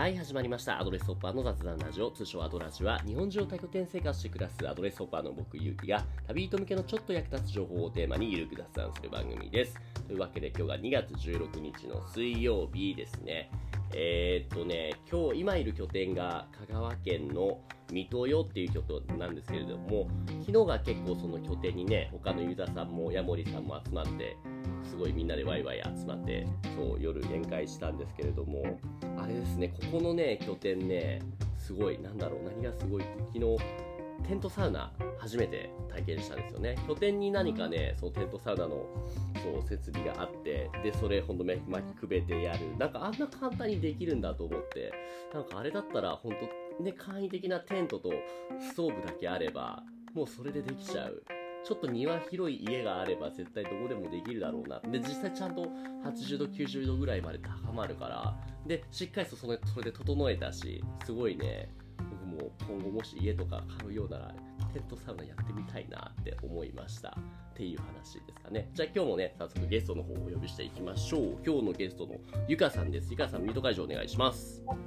はい、始まりました。アドレスホッパーの雑談ラジオ、通称アドラジは、日本中を多拠点生活して暮らすアドレスホッパーの僕、ゆうきが、旅人向けのちょっと役立つ情報をテーマにゆるく雑談する番組です。というわけで、今日が2月16日の水曜日ですね。今日、今いる拠点が香川県の三豊っていう拠点なんですけれども、昨日が結構その拠点にね、他のユーザーさんもヤモリさんも集まって、すごいみんなでワイワイ集まってそう夜宴会したんですけれども、あれですね、ここのね拠点ね、すごい何がすごいって、昨日テントサウナ初めて体験したんですよね。拠点に何かね、そのテントサウナのそう設備があって、でそれほんと巻きくべてやる、なんかあんな簡単にできるんだと思って、なんかあれだったらほんとね、簡易的なテントとストーブだけあればもうそれでできちゃう。ちょっと庭広い家があれば絶対どこでもできるだろうな。で、実際ちゃんと80度、90度ぐらいまで高まるから、で、しっかりとそれで整えたし、すごいね、僕も今後もし家とか買うようなら、テントサウナやってみたいなって思いました。っていう話ですかね。じゃあ今日もね、早速ゲストの方をお呼びしていきましょう。今日のゲストのゆかさんです。ゆかさん、ミュート解除お願いします。 はい。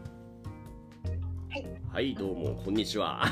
はい、どうも、こんにちは。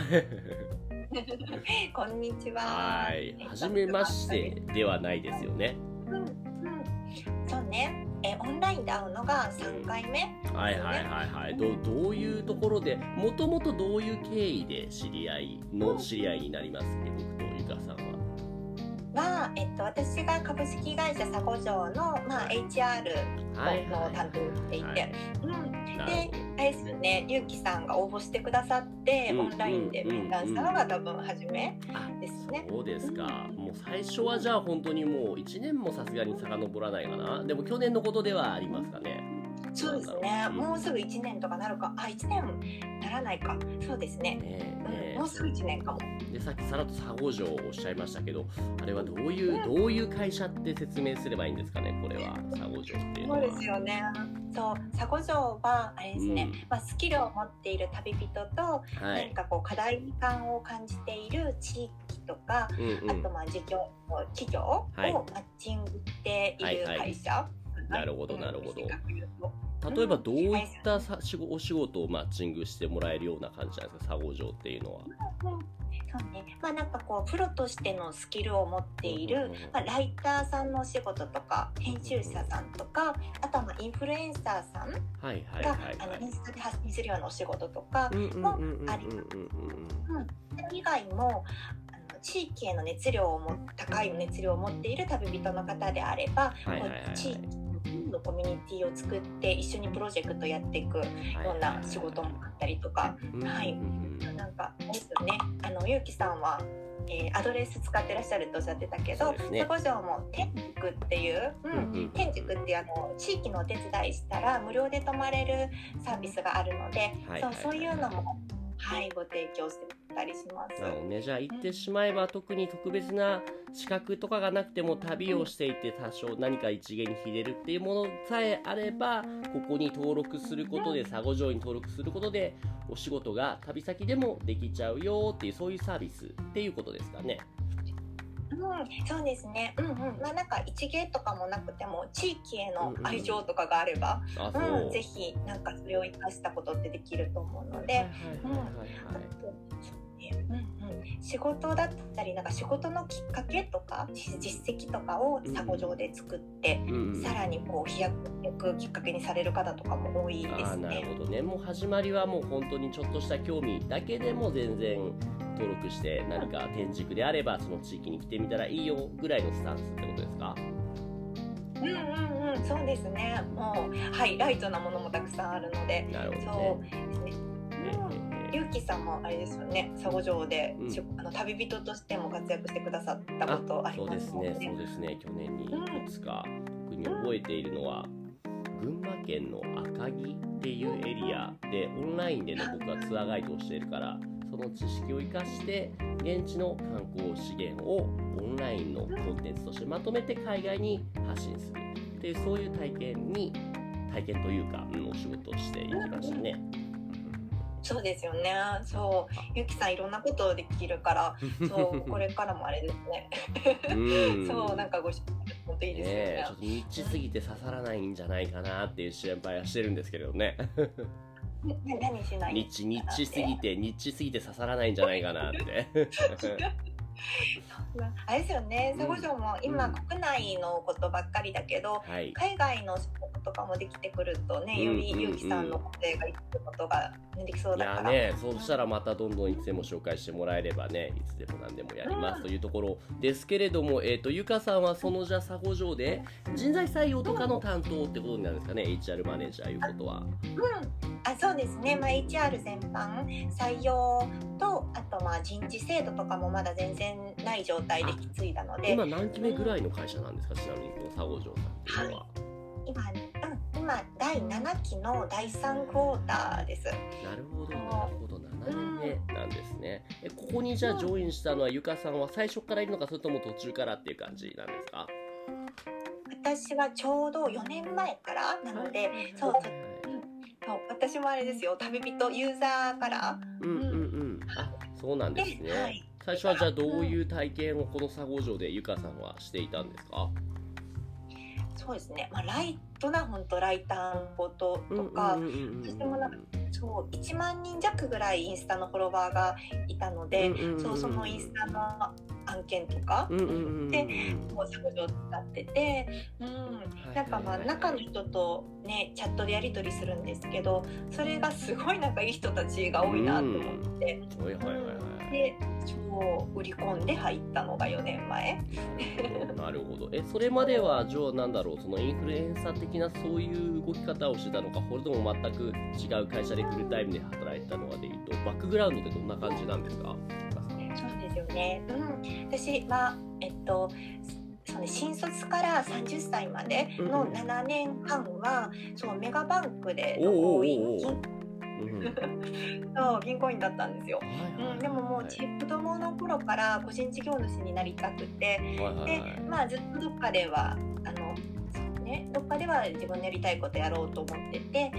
こんにちは。 はい、はじめましてではないですよね。 そうね。オンラインで会うのが3回目、 はいはいはいはい。どういうところで、もともとどういう経緯で知り合いになりますっけ、僕とゆかさんは。 私が株式会社サゴジョウの、HR を担当していて、で、あれですよね、ゆうきさんが応募してくださって、オンラインで面談したのが多分初めですね。 そうですか。もう最初はじゃあ本当にもう1年もさすがに遡らないかな。でも去年のことではありますかね。 そうですね、もうすぐ1年とかなるか、1年ならないか、そうですね、もうすぐ1年かも。 で、さっきさらっとサゴジョウをおっしゃいましたけど、あれはどういう会社って説明すればいいんですかね、これは。サゴジョウっていうのは。 そうですよね。そう、サゴジョウはあれですね、スキルを持っている旅人と、何かこう課題感を感じている地域とか、あと企業をマッチングしている会社。 なるほどなるほど。例えばどういったお仕事をマッチングしてもらえるような感じなんですか、サゴジョウっていうのは。 そうね、なんかこうプロとしてのスキルを持っている、ライターさんのお仕事とか編集者さんとか、あとはインフルエンサーさんがインスタで発信するようなお仕事とかもあります。それ以外も地域への高い熱量を持っている旅人の方であれば、地域のコミュニティを作って一緒にプロジェクトやっていくような仕事もあったりとか、なんかですよね、ゆうきさんは、アドレス使ってらっしゃるとおっしゃってたけど、サゴジョウも天竺っていう、天竺っていう地域のお手伝いしたら無料で泊まれるサービスがあるので、そういうのもご提供してたりします。 なのね、じゃあ行ってしまえば特に特別な資格とかがなくても、旅をしていて多少何か一芸に秀でるっていうものさえあれば、ここに登録することで、サゴジョウに登録することでお仕事が旅先でもできちゃうよっていう、そういうサービスっていうことですかね。 そうですね。なんか一芸とかもなくても地域への愛情とかがあれば、ぜひなんかそれを生かしたことってできると思うので、仕事だったり、なんか仕事のきっかけとか実績とかをサゴジョウで作って、さらにこう飛躍きっかけにされる方とかも多いですね。 なるほどね。もう始まりはもう本当にちょっとした興味だけでも全然登録して、何か天竺であればその地域に来てみたらいいよぐらいのスタンスってことですか？ そうですね。もうライトなものもたくさんあるので。 なるほどね。 そうですね。ゆうきさんもあれですよね、サゴジョウで、旅人としても活躍してくださったことありますもんね。 そうですね。去年にいくつか特に覚えているのは、群馬県の赤城っていうエリアでオンラインでの僕はツアーガイドをしているから、その知識を生かして現地の観光資源をオンラインのコンテンツとしてまとめて海外に発信するっていう、そういう体験というか、お仕事をしていきましたね。 そうですよね。そう、ゆきさんいろんなことできるから、そうこれからもあれですね。そう、なんかご仕事本当いいですよね。 ちょっとニッチすぎて刺さらないんじゃないかなっていう心配はしてるんですけどね。 何しない？ ニッチすぎて刺さらないんじゃないかなって。 あれですよね、佐護城も今国内のことばっかりだけど、海外の仕事とかもできてくるとね、よりゆうきさんの声がいくことができそうだから。 いやね、そうしたらまたどんどんいつでも紹介してもらえればね、いつでも何でもやりますというところですけれども、ゆかさんはそのじゃ佐護城で人材採用とかの担当ってことになるんですかね、HR マネージャーいうことは。 そうですね、HR 全般採用と、あと人事制度とかもまだ全然ない状態で引き継いだので。 今何期目ぐらいの会社なんですか、ちなみにこの佐護城さんっていうのは。 今第7期の第3クォーターです。 なるほど7年目なんですね。ここにじゃあジョインしたのはゆかさんは最初からいるのか、それとも途中からっていう感じなんですか？ 私はちょうど4年前からなので、私もあれですよ、旅人ユーザーから。 そうなんですね。最初はじゃあどういう体験をこの佐護城でゆかさんはしていたんですか？ そうですね、ライトな本当ライターのこととか、そしてもそう1万人弱ぐらいインスタのフォロワーがいたので、そのインスタの案件とかで佐護城を使ってて、なんか中の人とねチャットでやり取りするんですけど、それがすごい仲いい人たちが多いなと思って、で売り込んで入ったのが4年前。 なるほど。それまではなんだろう、そのインフルエンサー的なそういう動き方をしてたのか、これとも全く違う会社でフルタイムで働いてたのかでいうと、バックグラウンドってどんな感じなんですか？ そうですよね。私はその新卒から30歳までの7年間は、メガバンクで銀行員だったんですよ。でももう子供の頃から個人事業主になりたくて、でずっとどっかでは自分のやりたいことやろうと思ってて、で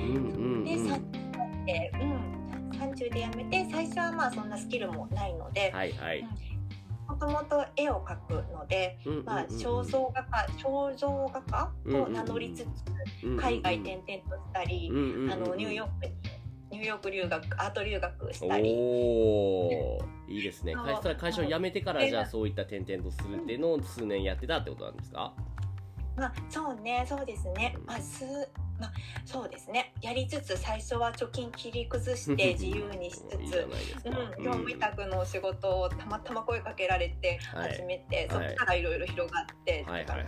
30で辞めて、最初はそんなスキルもないので、もともと絵を描くので、肖像画家と名乗りつつ海外転々としたり、ニューヨーク留学、アート留学したり。 いいですね。会社を辞めてからじゃあそういった転々とするっていうのを数年やってたってことなんですか？ そうですね。そうですね。やりつつ最初は貯金切り崩して自由にしつつ、業務委託の仕事をたまたま声かけられて始めて、そこからいろいろ広がって。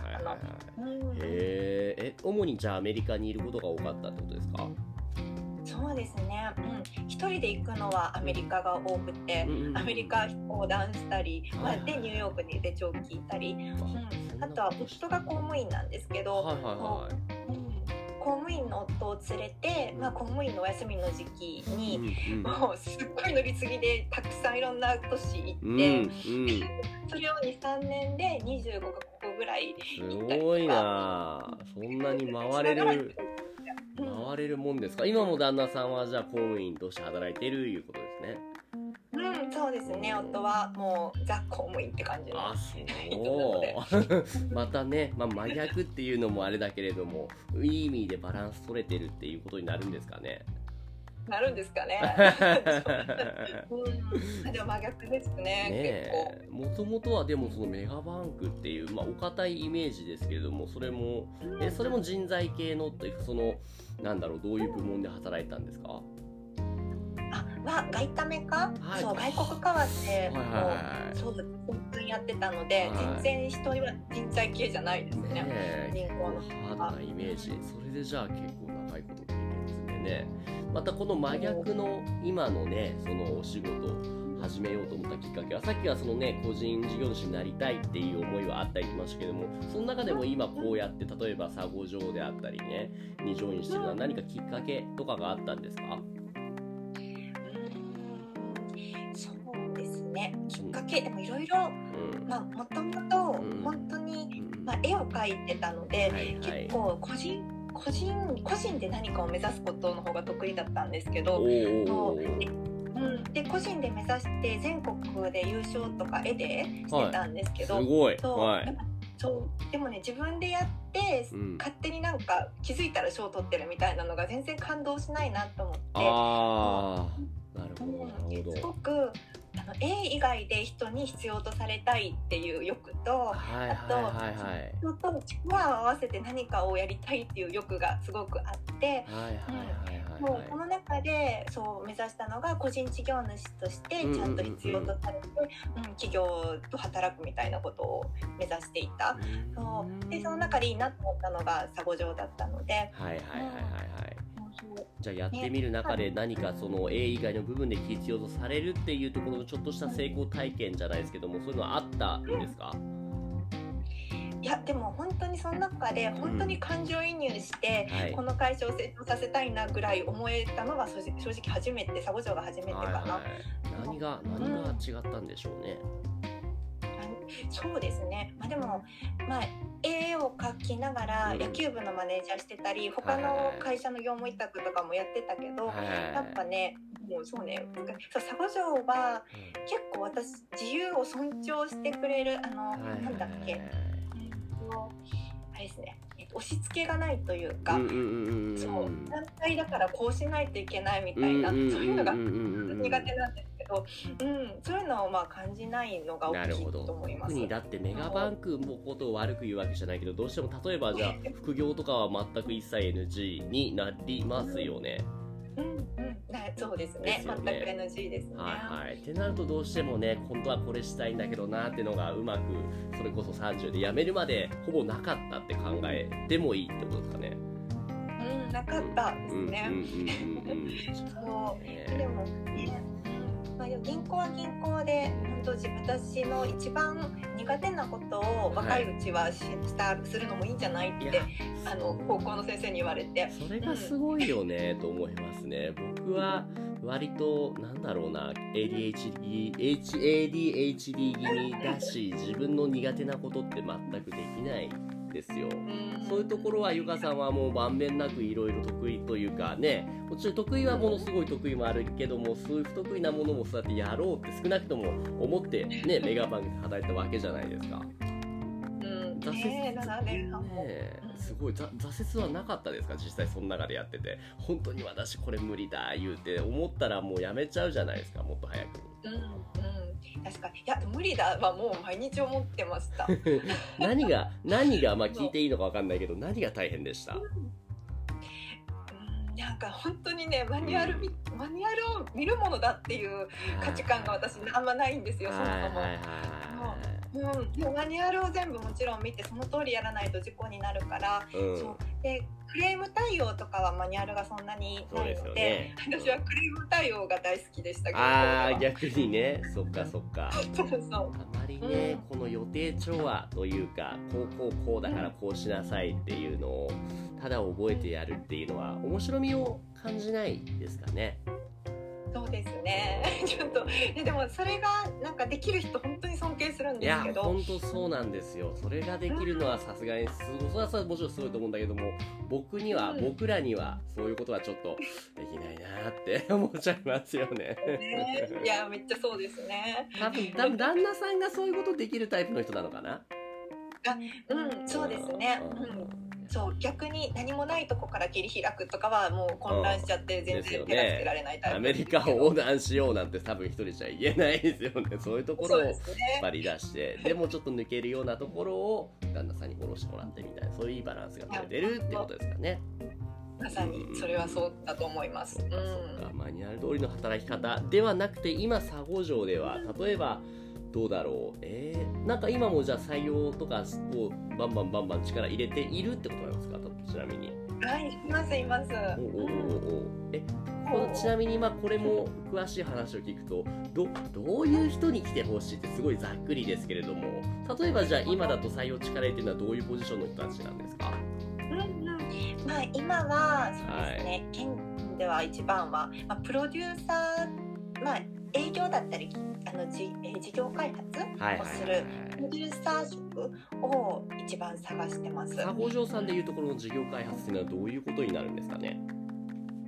主にじゃあアメリカにいることが多かったってことですか？ そうですね。一人で行くのはアメリカが多くて、アメリカ横断したり、でニューヨークに出張聞いたり、あとは夫が公務員なんですけど、公務員の夫を連れて、公務員のお休みの時期に、もうすっごい乗り継ぎでたくさんいろんな都市行って、それを 2,3 年で25カ国ぐらい行ったりとか。すごいな。そんなに回れるもんですか？今も旦那さんはじゃあ公務員として働いているいうことですね。 そうですね。夫はもうザ公務員って感じの。 またね、真逆っていうのもあれだけれども、いい意味でバランス取れてるっていうことになるんですかね。 なるんですかね。でも真逆ですね。 もともとはでもそのメガバンクっていう、お堅いイメージですけれども、それも人材系のっていうか、なんだろう、どういう部門で働いたんですか？ 外為か、外国為替を本当にやってたので、全然人は人材系じゃないですね。銀行のハードなイメージ。それでじゃあ結構長いこと経験積んでね。またこの真逆の今のね、そのお仕事を始めようと思ったきっかけは、さっきはそのね、個人事業主になりたいっていう思いはあったりしましたけども、その中でも今こうやって例えば佐護城であったりねにジョインしてるのは何かきっかけとかがあったんですか？ そうですね、きっかけでもいろいろ、もともと本当に、絵を描いてたので、結構個人で何かを目指すことの方が得意だったんですけど、で個人で目指して全国で優勝とか絵でしてたんですけど、 でもね自分でやって、勝手になんか気づいたら賞取ってるみたいなのが全然感動しないなと思って。 なるほど。 すごく絵以外で人に必要とされたいっていう欲と、あと人と力を合わせて何かをやりたいっていう欲がすごくあって、もうこの中でそう目指したのが個人事業主としてちゃんと必要とされて、企業と働くみたいなことを目指していた。でその中でいいなと思ったのが佐護城だったので。 じゃあやってみる中で何かその A 以外の部分で必要とされるっていうところのちょっとした成功体験じゃないですけども、そういうのはあったんですか？ いやでも本当にその中で本当に感情移入して、この会社を成長させたいなぐらい思えたのが正直初めて、佐護城が初めてかな。 何が違ったんでしょうね。 そうですね、でも、絵を描きながら野球部のマネージャーしてたり、他の会社の業務委託とかもやってたけど、やっぱねもうそうね、佐護城は結構私自由を尊重してくれるなんだっけ、あれですね、押し付けがないというか、そう団体だからこうしないといけないみたいな、そういうのが苦手なんですけど、そういうのを感じないのが大きいと思います。 特にだってメガバンクのことを悪く言うわけじゃないけど、どうしても例えばじゃあ副業とかは全く一切 NG になりますよね。 そうですね、全く NG ですね。 ってなるとどうしてもね、今度はこれしたいんだけどなっていうのがうまく、それこそ30で辞めるまでほぼなかったって考えてもいいってことですかね。 なかったですね。でもね、銀行は銀行で本当私の一番苦手なことを若いうちはするのもいいんじゃないって高校の先生に言われて、 それがすごいよねと思いますね。僕は割となんだろうな、 ADHD 気味だし、自分の苦手なことって全くできないですよ。そういうところはゆかさんはもうまんべんなくいろいろ得意というかね、もちろん得意はものすごい得意もあるけども、そういう不得意なものもそうやってやろうって少なくとも思ってね、メガバンクで働いたわけじゃないですか。挫折、すごい挫折はなかったですか？実際その中でやってて、本当に私これ無理だ言うて思ったらもうやめちゃうじゃないですか、もっと早くに。 確かに、いや無理だはもう毎日思ってました何が聞いていいのか分かんないけど、何が大変でした？ なんか本当にね、マニュアルを見るものだっていう価値観が私あんまないんですよ、そもそも。でもマニュアルを全部もちろん見てその通りやらないと事故になるから、そうでクレーム対応とかはマニュアルがそんなにないので、私はクレーム対応が大好きでしたけど。 逆にね、そっかそうあまりね、この予定調和というか、こうだからこうしなさいっていうのをただ覚えてやるっていうのは面白みを感じないですかね。 そうですねちょっとでもそれがなんかできる人本当に尊敬するんですけど。 いや本当そうなんですよ。それができるのはさすがにそれはもちろんすごいと思うんだけども、僕らにはそういうことはちょっとできないなって思っちゃいますよねいやめっちゃそうですね。 多分旦那さんがそういうことできるタイプの人なのかな。 そうですね。そう逆に何もないとこから切り開くとかはもう混乱しちゃって全然手がつけられないタイプ、 アメリカを横断しようなんて多分一人じゃ言えないですよね。そういうところを引っ張り出して、でもちょっと抜けるようなところを旦那さんにフォローしてもらってみたいな、そういういいバランスが取れてるってことですかね。 まさにそれはそうだと思います。そうかマニュアル通りの働き方ではなくて、今佐護城では例えばどうだろう、なんか今もじゃあ採用とかをバンバン力入れているってことなんですか？ちなみに。 います。 ちなみにこれも詳しい話を聞くと、どういう人に来てほしいってすごいざっくりですけれども、例えばじゃあ今だと採用力入れてるのはどういうポジションの人たちなんですか？ 今はそうですね、県では一番は、プロデューサー、営業だったり事業開発をするプロデューサー職を一番探してます。 佐護城さんでいうところの事業開発っていうのはどういうことになるんですかね？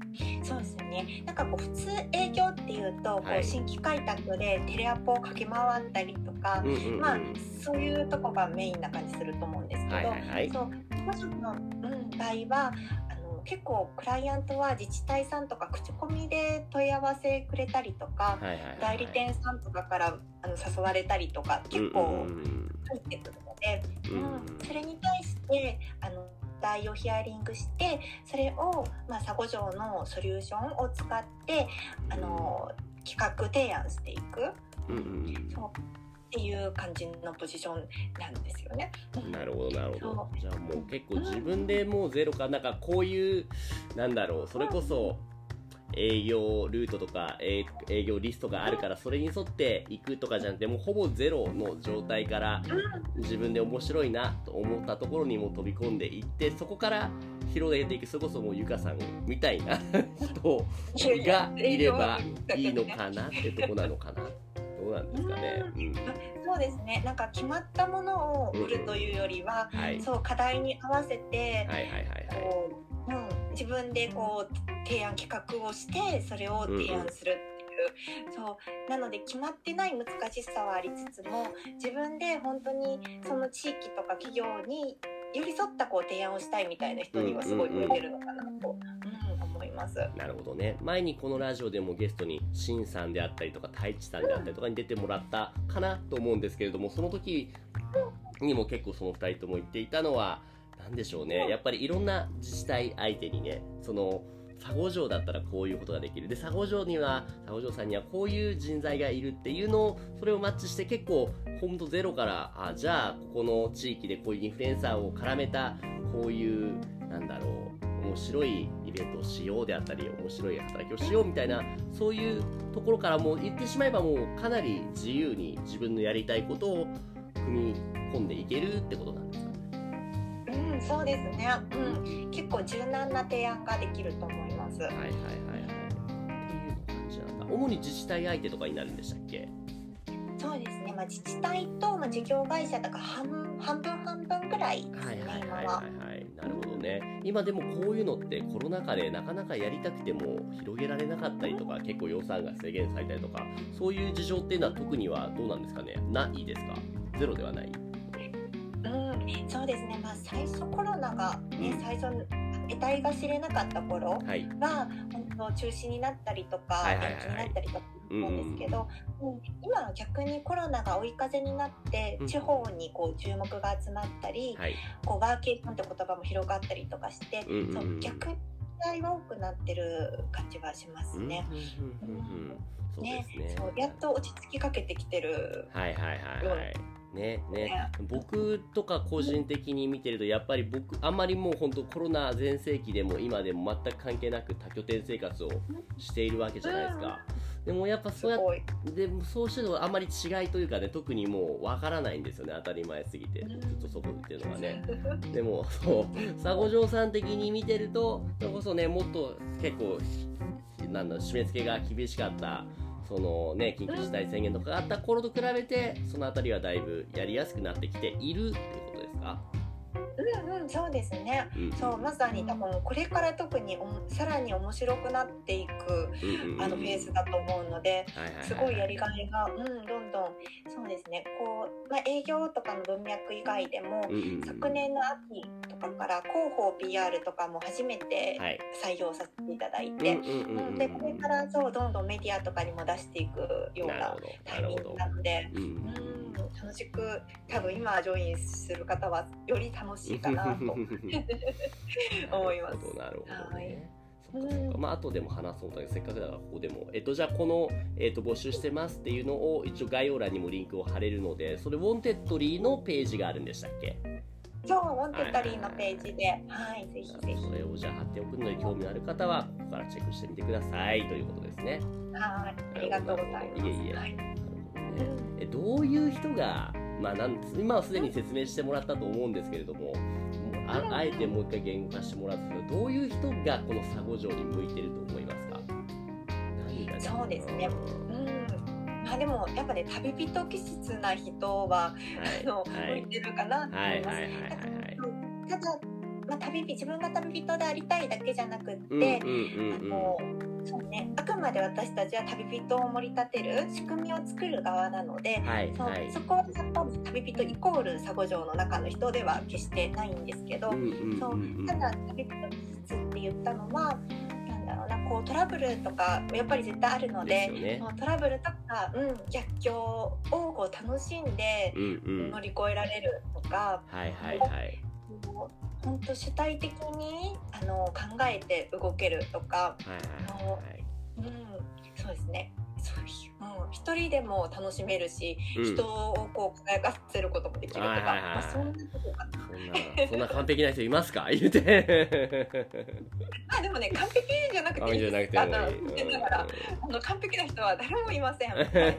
そうですね。なんかこう普通営業っていうと、こう新規開拓でテレアポを駆け回ったりとか、まあそういうとこがメインな感じすると思うんですけど、そう個人の、場合は結構クライアントは自治体さんとか口コミで問い合わせくれたりとか、代理店さんとかから誘われたりとか結構入ってくるので、それに対して題をヒアリングして、それを、佐護城のソリューションを使って企画提案していく、そうっていう感じのポジションなんですよね。 なるほどなるほど。じゃあもう結構自分でもうゼロか、なんかこういうなんだろう、それこそ営業ルートとか営業リストがあるからそれに沿っていくとかじゃなくて、もうほぼゼロの状態から自分で面白いなと思ったところにも飛び込んでいって、そこから広げていく、それこそもうゆかさんみたいな人がいればいいのかなってとこなのかな。どうなんですかね。 そうですね。なんか決まったものを売るというよりは、そう課題に合わせて自分でこう提案企画をしてそれを提案するっていう、そうなので決まってない難しさはありつつも、自分で本当にその地域とか企業に寄り添ったこう提案をしたいみたいな人にはすごい向いてるのかなと思います。 なるほどね。前にこのラジオでもゲストにシンさんであったりとか太一さんであったりとかに出てもらったかなと思うんですけれども、その時にも結構その2人とも言っていたのは何でしょうね。やっぱりいろんな自治体相手にね、その佐護城だったらこういうことができる、で佐護城さんにはこういう人材がいるっていうのを、それをマッチして結構ほんとゼロからじゃあここの地域でこういうインフルエンサーを絡めたこういうなんだろう面白いイベントをしようであったり、面白い働きをしようみたいな、そういうところからもう言ってしまえばもうかなり自由に自分のやりたいことを組み込んでいけるってことなんですかね。 そうですね。結構柔軟な提案ができると思います。っていう感じなんだ。主に自治体相手とかになるんでしたっけ？ そうですね。自治体と事業会社とか半分ぐらいですね、今は。 なるほどね。今でもこういうのってコロナ禍でなかなかやりたくても広げられなかったりとか、結構予算が制限されたりとか、そういう事情っていうのは特にはどうなんですかね。ないですか？ゼロではない？ そうですね。最初コロナがね、最初得体が知れなかった頃は、本当中止になったりとか延期になったりとか思うんですけど、今は逆にコロナが追い風になって地方にこう注目が集まったり、こうワーケーションって言葉も広がったりとかして、そう逆に期待が多くなってる感じはしますね。やっと落ち着きかけてきてる。 僕とか個人的に見てると、やっぱりあんまりもう本当コロナ全盛期でも今でも全く関係なく多拠点生活をしているわけじゃないですか。でもやっぱそうしてるのはあんまり違いというかね、特にもうわからないんですよね。当たり前すぎてずっとそこっていうのはね。でも佐護城さん的に見てると、それこそね、もっと結構締め付けが厳しかったそのね、緊急事態宣言とかがあった頃と比べて、そのあたりはだいぶやりやすくなってきているっていうことですか？ そうですね。そうまさにこれから特にさらに面白くなっていくフェーズだと思うので、すごいやりがいがどんどんそうですね。こう営業とかの文脈以外でも、昨年の秋とかから広報 PR とかも初めて採用させていただいて、でこれからどんどんメディアとかにも出していくようなタイミングなので、楽しく多分今ジョインする方はより楽しいかなと思います。 なるほどね。後でも話そうとせっかくだからここでもじゃあこの、募集してますっていうのを一応概要欄にもリンクを貼れるので、それウォンテッドリーのページがあるんでしたっけ？ そう、ウォンテッドリーのページで、ぜひぜひそれをじゃあ貼っておくので、興味のある方はここからチェックしてみてくださいということですね。 ありがとうございます。 どういう人が、今はすでに説明してもらったと思うんですけれども、あえてもう一回言語化してもらうと、どういう人がこの佐護城に向いてると思いますか？ そうですね。でもやっぱね、旅人気質な人は向いてるかなと思います。ただ自分が旅人でありたいだけじゃなくって、そうね、あくまで私たちは旅人を盛り立てる仕組みを作る側なので、そこはやっぱり旅人イコール佐護城の中の人では決してないんですけど、ただ旅人技術って言ったのはこうトラブルとかやっぱり絶対あるので、トラブルとか、逆境をこう楽しんで乗り越えられるとか、本当主体的に考えて動けるとか、そうですね、一人でも楽しめるし、人をこう輝かせることもできるとか、そんなことかな。 そんな完璧な人いますか言うてでもね、完璧じゃなくていいです。だから完璧な人は誰もいません。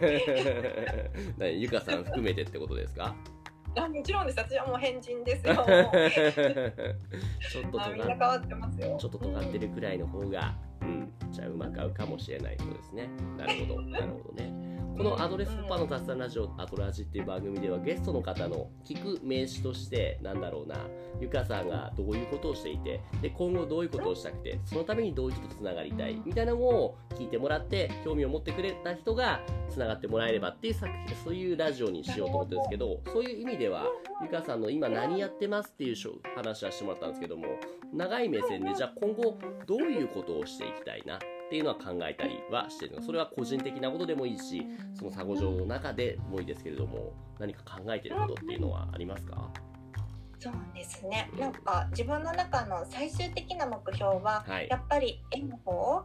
ゆかさん含めてってことですか？ もちろんです。私はもう変人ですよ。ちょっとみんな変わってますよ。 ちょっと尖ってるくらいの方が、じゃあうまく合うかもしれないそうですね。なるほどね。このアドレスポパの雑談ラジオアドラジっていう番組ではゲストの方の聞く名詞としてゆかさんがどういうことをしていて、で今後どういうことをしたくて、そのためにどういう人とつながりたいみたいなのを聞いてもらって、興味を持ってくれた人がつながってもらえればっていうそういうラジオにしようと思ってるんですけど、そういう意味ではゆかさんの今何やってますっていう話はしてもらったんですけども、長い目線でじゃあ今後どういうことをしていきたいなっていうのは考えたりはしてるの。それは個人的なことでもいいし、その佐護城の中でもいいですけれども、何か考えてることっていうのはありますか？ そうですね、自分の中の最終的な目標は、やっぱり絵の方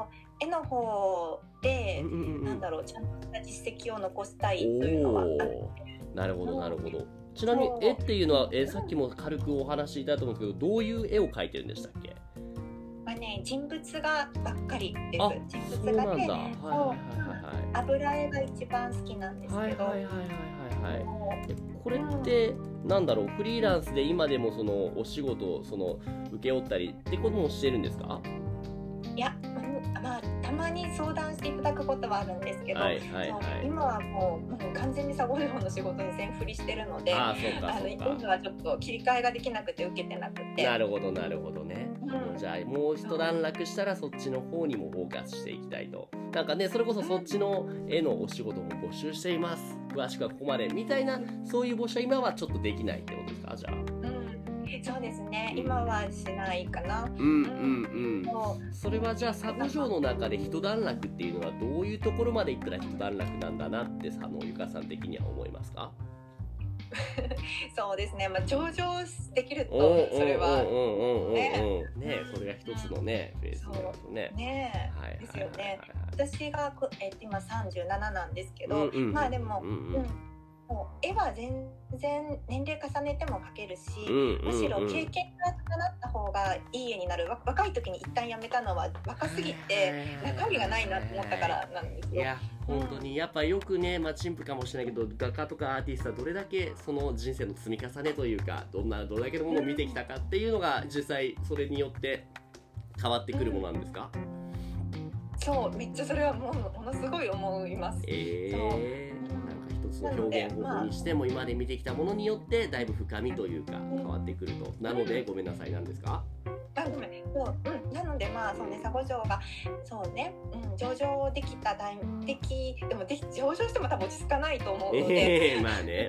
で、ちゃんとした実績を残したいというのはある。 なるほど。ちなみに絵っていうのはさっきも軽くお話しいただいたと思うんですけど、どういう絵を描いてるんでしたっけ？ 人物画ばっかりです。人物画で、油絵が一番好きなんですけど、 これってフリーランスで今でもそのお仕事を請け負ったりってこともしてるんですか？ いや、たまに相談していただくことはあるんですけど、今はもう完全に佐護城の仕事に全振りしてるので、今はちょっと切り替えができなくて受けてなくて。なるほどね。 じゃあもう一段落したらそっちの方にもフォーカスしていきたいと。それこそそっちの絵のお仕事も募集しています。詳しくはここまでみたいな、そういう募集は今はちょっとできないってことですか？じゃあ。 そうですね、今はしないかな。 それはじゃあ佐護城の中で一段落っていうのはどういうところまでいったら一段落なんだなってゆかさん的には思いますか？ そうですね、上場できるとそれはそれが一つのねフェーズになるとね。 ですよね。私が今37なんですけど、でも絵は全然年齢重ねても描けるし、むしろ経験が重なった方がいい絵になる。若い時に一旦やめたのは若すぎて中身がないなと思ったからなんですよ。 いや本当にやっぱよくね、陳腐かもしれないけど、画家とかアーティストはどれだけその人生の積み重ねというか、どれだけのものを見てきたかっていうのが実際それによって変わってくるものなんですか？ そう、めっちゃそれはものすごい思います。 一つの表現方法にしても今まで見てきたものによってだいぶ深みというか変わってくると。なのでごめんなさい、なんですか？ なので佐護城が上場できたでも上場しても多分落ち着かないと思うので、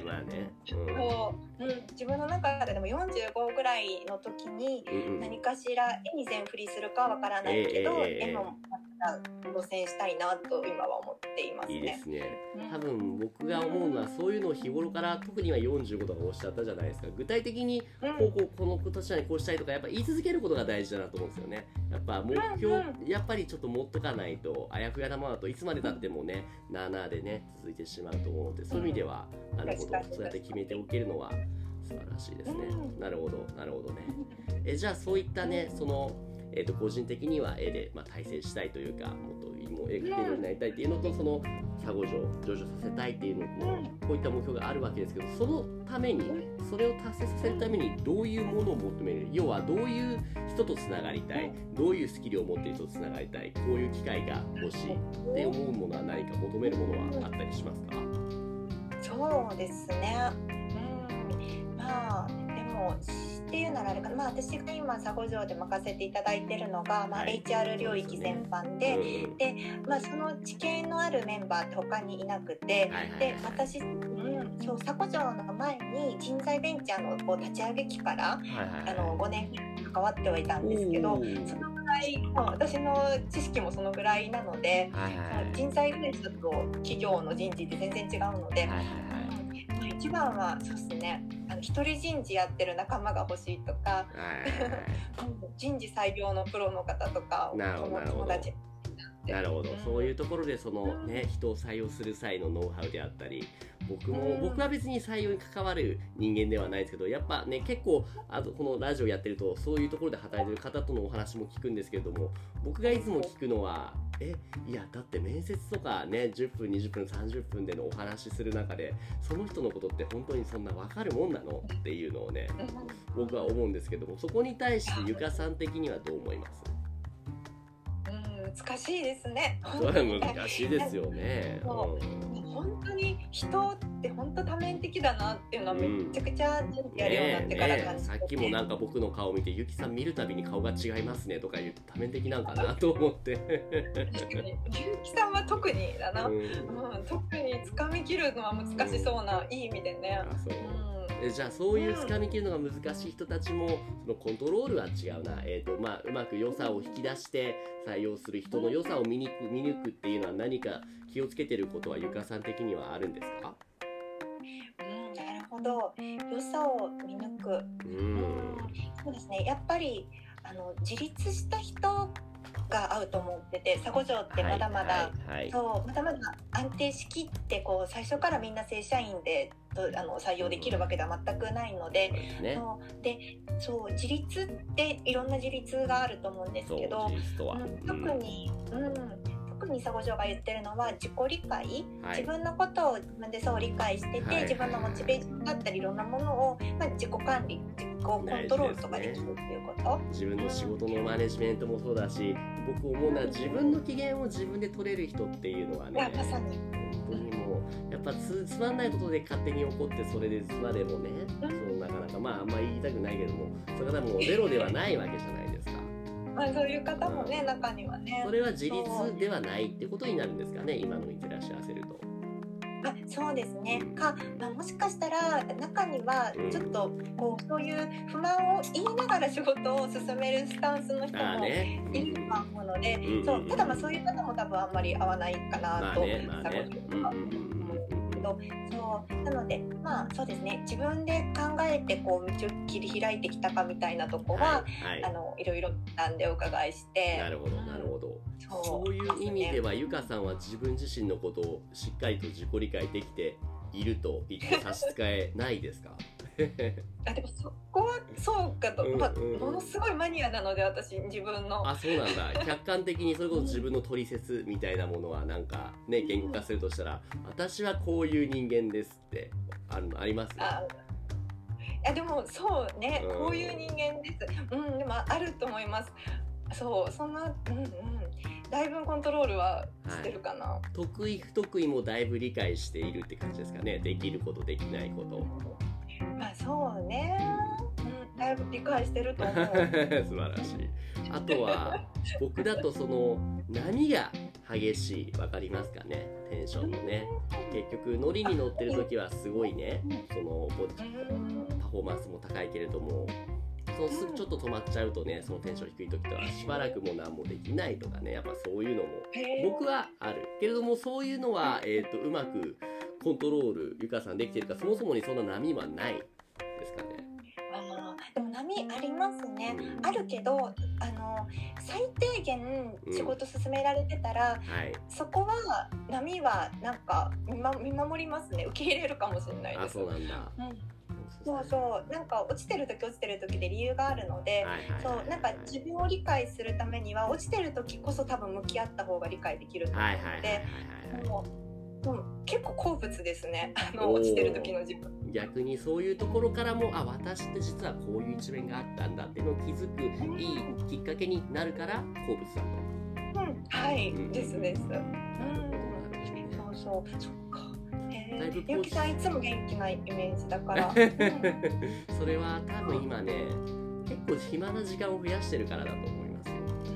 自分の中でも45ぐらいの時に何かしら絵に全振りするかわからないけど、絵も挑戦したいなと今は思っていますね。 いいですね。多分僕が思うのはそういうのを日頃から、特には45とかおっしゃったじゃないですか。具体的にこの子たちはこうしたいとかやっぱ言い続けることが大事だなと思うんですよね。やっぱ目標やっぱりちょっと持っとかないと、あやふやなままだといつまでたってもねなあなあでね続いてしまうと思うので、そういう意味ではなるほど、そうやって決めておけるのは素晴らしいですね。なるほどね。じゃあそういったね個人的には絵で大成したいというか、もっと絵描けるようになりたいっていうのと、その佐護城を上場させたいっていうのもこういった目標があるわけですけど、そのためにそれを達成させるためにどういうものを求める、要はどういう人とつながりたい、どういうスキルを持っている人とつながりたい、こういう機会が欲しいって思うものは何か求めるものはあったりしますか？ そうですね、でもっていうならあれかな、私が今佐護城で任せていただいてるのが、HR 領域全般で、その知見のあるメンバーって他にいなくて、で私、そう佐護城の前に人材ベンチャーの立ち上げ期から、5年関わってはいたんですけど、そのぐらい、私の知識もそのぐらいなので、人材ベンチャーと企業の人事って全然違うので、一番はそうですね、一人人事やってる仲間が欲しいとか、人事採用のプロの方とか友達。 なるほど、そういうところでそのね、人を採用する際のノウハウであったり、僕は別に採用に関わる人間ではないですけど、やっぱね、結構このラジオやってるとそういうところで働いてる方とのお話も聞くんですけれども、僕がいつも聞くのは、いやだって面接とかね、10分20分30分でのお話する中で、その人のことって本当にそんな分かるもんなのっていうのをね、僕は思うんですけども、そこに対してゆかさん的にはどう思います？ 難しいですね。 それは難しいですよね。 本当に人って本当多面的だなっていうのはめちゃくちゃやるようになってから感じて、 さっきもなんか僕の顔見て、ゆきさん見るたびに顔が違いますねとか言うと多面的なんかなと思ってゆきさんは特にだな、特に掴み切るのは難しそうな、いい意味でね。 じゃあそういう掴み切るのが難しい人たちも、そのコントロールは違うな、うまく良さを引き出して採用する人の良さを見抜くっていうのは、何か気をつけてることはゆかさん的にはあるんですか？ なるほど、良さを見抜く、そうですね、やっぱり自立した人が合うと思ってて、佐護城ってまだまだ、まだまだ安定しきって最初からみんな正社員で採用できるわけでは全くないので、自立っていろんな自立があると思うんですけど、特に佐護城が言ってるのは自己理解、自分のことを自分で理解してて、自分のモチベーションだったりいろんなものを、自己管理、自己コントロールとかできるっていうこと、 自分の仕事のマネジメントもそうだし、僕思うのは自分の機嫌を自分で取れる人っていうのはね、 まさに本当にもうやっぱつまんないことで勝手に怒ってそれでまでもね、なかなかあんま言いたくないけども、それがもうゼロではないわけじゃないですか。 そういう方もね、中にはね。 それは自立ではないってことになるんですかね、今のに照らし合わせると。 そうですね。もしかしたら中にはちょっとそういう不満を言いながら仕事を進めるスタンスの人もいると思うので、ただそういう方も多分あんまり合わないかなと思なのでそうですね、自分で考えて道を切り開いてきたかみたいなとこは、いろいろなんでお伺いして。 なるほどなるほど。そういう意味ではゆかさんは自分自身のことをしっかりと自己理解できていると言って差し支えないですか？ でもそこはそうかと、ものすごいマニアなので、私自分のそうなんだ。客観的にそれこそ自分の取説みたいなものはなんかね、言語化するとしたら、私はこういう人間ですってあります？ でもそうね、こういう人間です。でもあると思います。そんなだいぶコントロールはしてるかな。 得意不得意もだいぶ理解しているって感じですかね。できることできないこと。 そうね、だいぶ理解してると思う。素晴らしい。あとは僕だとその波が激しい、わかりますかね、テンションのね。結局ノリに乗ってる時はすごいね、そのパフォーマンスも高いけれども、すぐちょっと止まっちゃうとね、そのテンション低い時とはしばらくも何もできないとかね、やっぱそういうのも僕はあるけれども、そういうのは、うまくコントロールゆかさんできてるか、そもそもにそんな波はないですかね。 でも波ありますね、あるけど最低限仕事進められてたら、そこは波はなんか見守りますね。受け入れるかもしれないです。 そうなんだ。 なんか落ちてる時で理由があるので、なんか自分を理解するためには落ちてる時こそ多分向き合った方が理解できると思うので、結構好物ですね、落ちてる時の自分。 逆にそういうところからも、私って実はこういう一面があったんだっていうのを気づくいいきっかけになるから好物だと。 です。そっか。 だいぶゆきさんいつも元気なイメージだからそれは多分今ね結構暇な時間を増やしてるからだと思いますよ。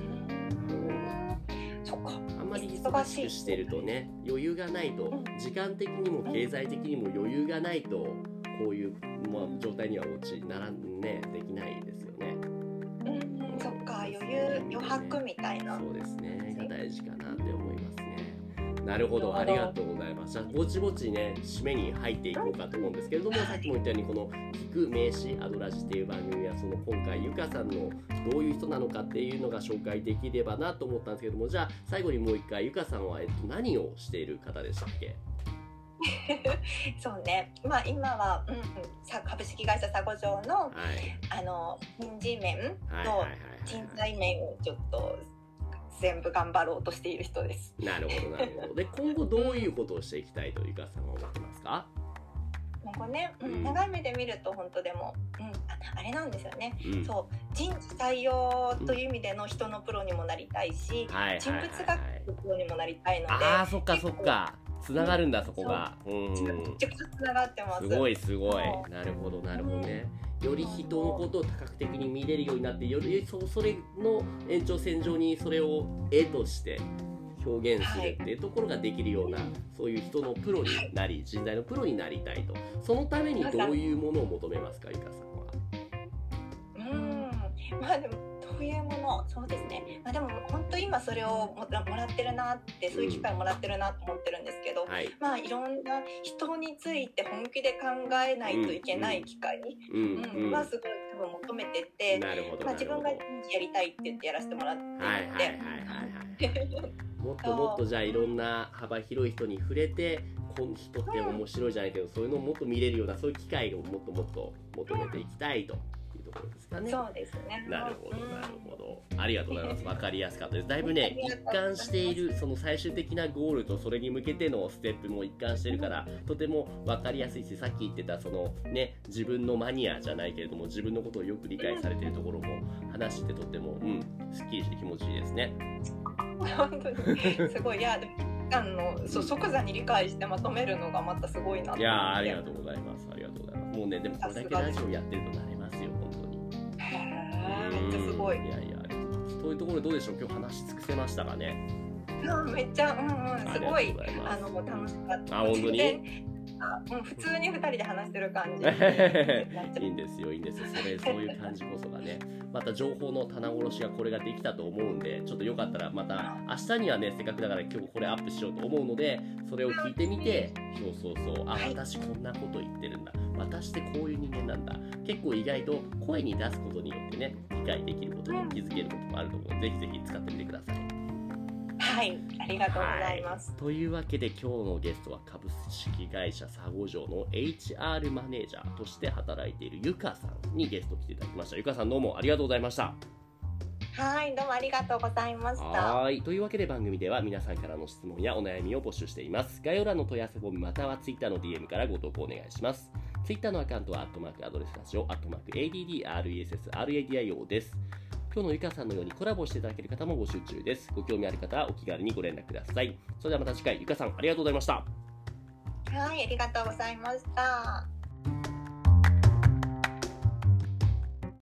そっか。 あんまり忙しくしてるとね余裕がないと、時間的にも経済的にも余裕がないとこういう、状態にはできないですよね。 そっか、余白みたいな。 そうですねが大事かなって思いますね。なるほど、ありがとうございます。じゃあぼちぼちね締めに入っていこうかと思うんですけれども、さっきも言ったようにこの聞く名詞アドラジっていう番組はその今回ゆかさんのどういう人なのかっていうのが紹介できればなと思ったんですけども、じゃあ最後にもう一回ゆかさんは何をしている方でしたっけ？ そうね、今は、株式会社サゴジョウの、人事面と人材面をちょっと全部頑張ろうとしている人です。 なるほどなるほど。で今後どういうことをしていきたいとゆかさんは思ってますか？ 今後ね、長い目で見ると本当でも、あれなんですよね、そう人事採用という意味での人のプロにもなりたいし、人物学のプロにもなりたいので、 そっかそっか、つながるんだ、そこが。 直接つながってます。 すごいすごい。なるほどなるほどね。より人のことを多角的に見れるようになって、よりそれの延長線上にそれを絵として表現するっていうところができるような、そういう人のプロになり、人材のプロになりたいと。そのためにどういうものを求めますか、ゆかさんは。でもどういうもの、そうですね。でも本当今それをもらってるなって、そういう機会もらってるなと思ってるんですけど、いろんな人について本気で考えないといけない機会はすごい多分求めてて、自分がやりたいって言ってやらせてもらってるので、 もっともっとじゃあいろんな幅広い人に触れて、この人って面白いじゃないけど、そういうのをもっと見れるようなそういう機会をもっともっと求めていきたいと。ですかね。 そうですね。 なるほどなるほど。ありがとうございます。わかりやすかったです。だいぶね一貫しているその最終的なゴールとそれに向けてのステップも一貫しているから、とてもわかりやすいし、さっき言ってたそのね自分のマニアじゃないけれども自分のことをよく理解されているところも話してとってもすっきりして気持ちいいですね。 本当にすごい。いや即座に理解してまとめるのがまたすごいなと思って。 いやありがとうございます。ありがとうございます。もうねでもこれだけラジオやってるとなれますよ本当に。 めっちゃすごい。 いやそういうところどうでしょう、今日話し尽くせましたかね。 めっちゃすごい楽しかった。 本当に普通に2人で話してる感じいいんですよいいんですよ。そういう感じこそがね、また情報の棚卸しがこれができたと思うんで、ちょっとよかったらまた明日にはね、せっかくだから今日これアップしようと思うので、それを聞いてみて、そう私こんなこと言ってるんだ、私ってこういう人間なんだ、結構意外と声に出すことによってね理解できることに気づけることもあると思うので、ぜひぜひ使ってみてください。 はい、ありがとうございます。 というわけで今日のゲストは株式会社サゴジョウの HR マネージャーとして働いているゆかさんにゲスト来ていただきました。ゆかさんどうもありがとうございました。 はい、どうもありがとうございました。 というわけで番組では皆さんからの質問やお悩みを募集しています。概要欄の問い合わせフォームまたは Twitter の DM からご投稿お願いします。Twitter のアカウントはアドレスラジオ@ADDRESSRADIO です。今日のゆかさんのようにコラボしていただける方も募集中です。ご興味ある方はお気軽にご連絡ください。それではまた次回、ゆかさんありがとうございました。 はい、ありがとうございました。